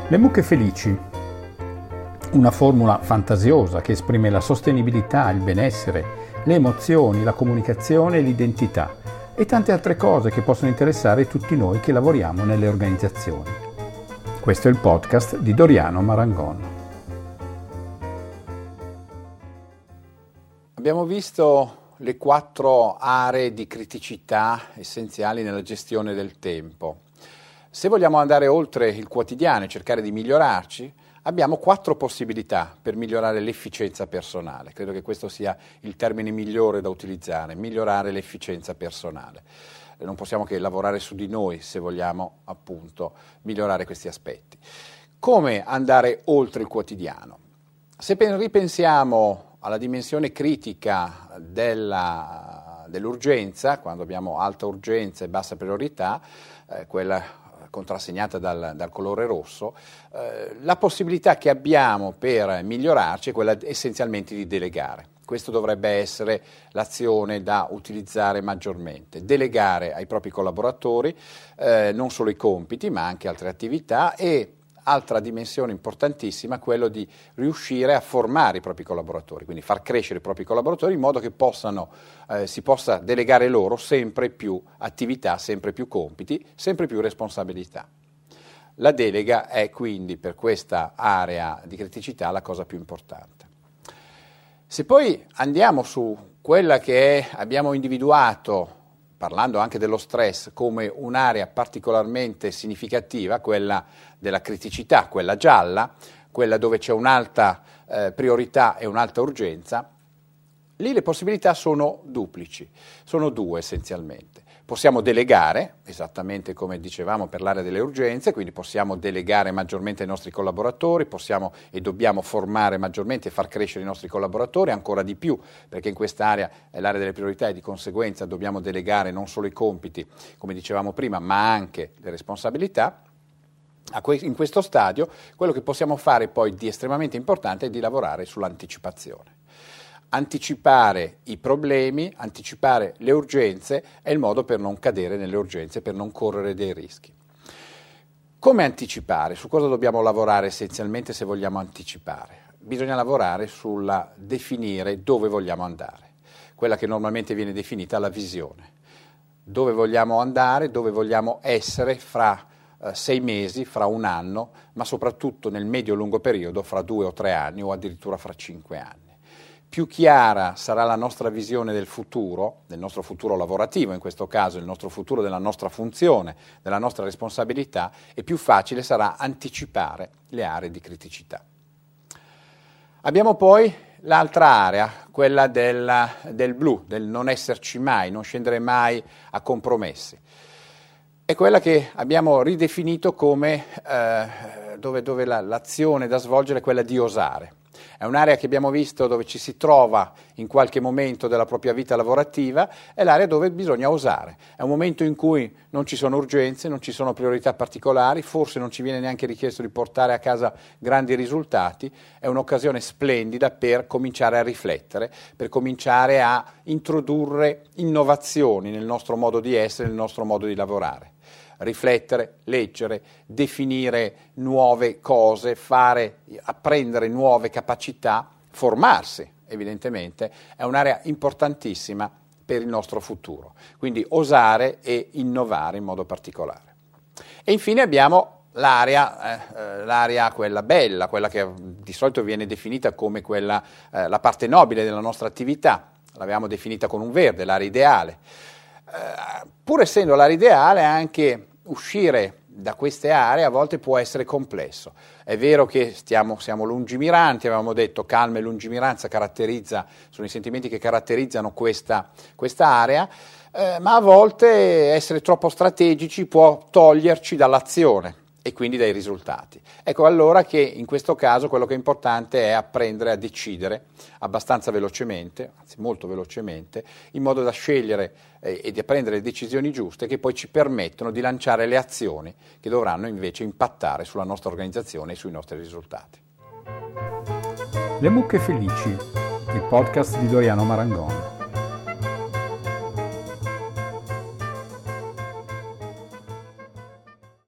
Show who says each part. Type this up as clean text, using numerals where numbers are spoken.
Speaker 1: Le mucche felici, una formula fantasiosa che esprime la sostenibilità, il benessere, le emozioni, la comunicazione e l'identità e tante altre cose che possono interessare tutti noi che lavoriamo nelle organizzazioni. Questo è il podcast di Doriano Marangon.
Speaker 2: Abbiamo visto le 4 aree di criticità essenziali nella gestione del tempo. Se vogliamo andare oltre il quotidiano e cercare di migliorarci, abbiamo 4 possibilità per migliorare l'efficienza personale. Credo che questo sia il termine migliore da utilizzare, migliorare l'efficienza personale. Non possiamo che lavorare su di noi se vogliamo appunto migliorare questi aspetti. Come andare oltre il quotidiano? Se ripensiamo alla dimensione critica dell'urgenza, quando abbiamo alta urgenza e bassa priorità, quella contrassegnata dal colore rosso, la possibilità che abbiamo per migliorarci è quella essenzialmente di delegare. Questo dovrebbe essere l'azione da utilizzare maggiormente. Delegare ai propri collaboratori non solo i compiti, ma anche altre attività e altra dimensione importantissima, quello di riuscire a formare i propri collaboratori, quindi far crescere i propri collaboratori in modo che si possa delegare loro sempre più attività, sempre più compiti, sempre più responsabilità. La delega è quindi per questa area di criticità la cosa più importante. Se poi andiamo su quella che abbiamo individuato, parlando anche dello stress, come un'area particolarmente significativa, quella della criticità, quella gialla, quella dove c'è un'alta priorità e un'alta urgenza, lì le possibilità sono duplici, sono 2 essenzialmente. Possiamo delegare, esattamente come dicevamo per l'area delle urgenze, quindi possiamo delegare maggiormente ai nostri collaboratori, possiamo e dobbiamo formare maggiormente e far crescere i nostri collaboratori ancora di più, perché in quest'area è l'area delle priorità e di conseguenza dobbiamo delegare non solo i compiti, come dicevamo prima, ma anche le responsabilità. In questo stadio quello che possiamo fare poi di estremamente importante è di lavorare sull'anticipazione. Anticipare i problemi, anticipare le urgenze è il modo per non cadere nelle urgenze, per non correre dei rischi. Come anticipare? Su cosa dobbiamo lavorare essenzialmente se vogliamo anticipare? Bisogna lavorare sulla definire dove vogliamo andare, quella che normalmente viene definita la visione. Dove vogliamo andare, dove vogliamo essere fra 6 mesi, fra 1 anno, ma soprattutto nel medio-lungo periodo, fra 2 o 3 anni o addirittura fra 5 anni. Più chiara sarà la nostra visione del futuro, del nostro futuro lavorativo in questo caso, il nostro futuro della nostra funzione, della nostra responsabilità, e più facile sarà anticipare le aree di criticità. Abbiamo poi l'altra area, quella del blu, del non esserci mai, non scendere mai a compromessi. È quella che abbiamo ridefinito come dove l'azione da svolgere è quella di osare. È un'area che abbiamo visto dove ci si trova in qualche momento della propria vita lavorativa, è l'area dove bisogna osare. È un momento in cui non ci sono urgenze, non ci sono priorità particolari, forse non ci viene neanche richiesto di portare a casa grandi risultati, è un'occasione splendida per cominciare a riflettere, per cominciare a introdurre innovazioni nel nostro modo di essere, nel nostro modo di lavorare. Riflettere, leggere, definire nuove cose, apprendere nuove capacità, formarsi evidentemente, è un'area importantissima per il nostro futuro. Quindi osare e innovare in modo particolare. E infine abbiamo l'area quella bella, quella che di solito viene definita come la parte nobile della nostra attività, l'avevamo definita con un verde, l'area ideale. Pur essendo l'area ideale, anche uscire da queste aree a volte può essere complesso. È vero che siamo lungimiranti, avevamo detto calma e lungimiranza sono i sentimenti che caratterizzano questa area, ma a volte essere troppo strategici può toglierci dall'azione e quindi dai risultati. Ecco allora che in questo caso quello che è importante è apprendere a decidere abbastanza velocemente, anzi molto velocemente, in modo da scegliere e di prendere le decisioni giuste che poi ci permettono di lanciare le azioni che dovranno invece impattare sulla nostra organizzazione e sui nostri risultati.
Speaker 1: Le mucche felici, il podcast di Doriano Marangon.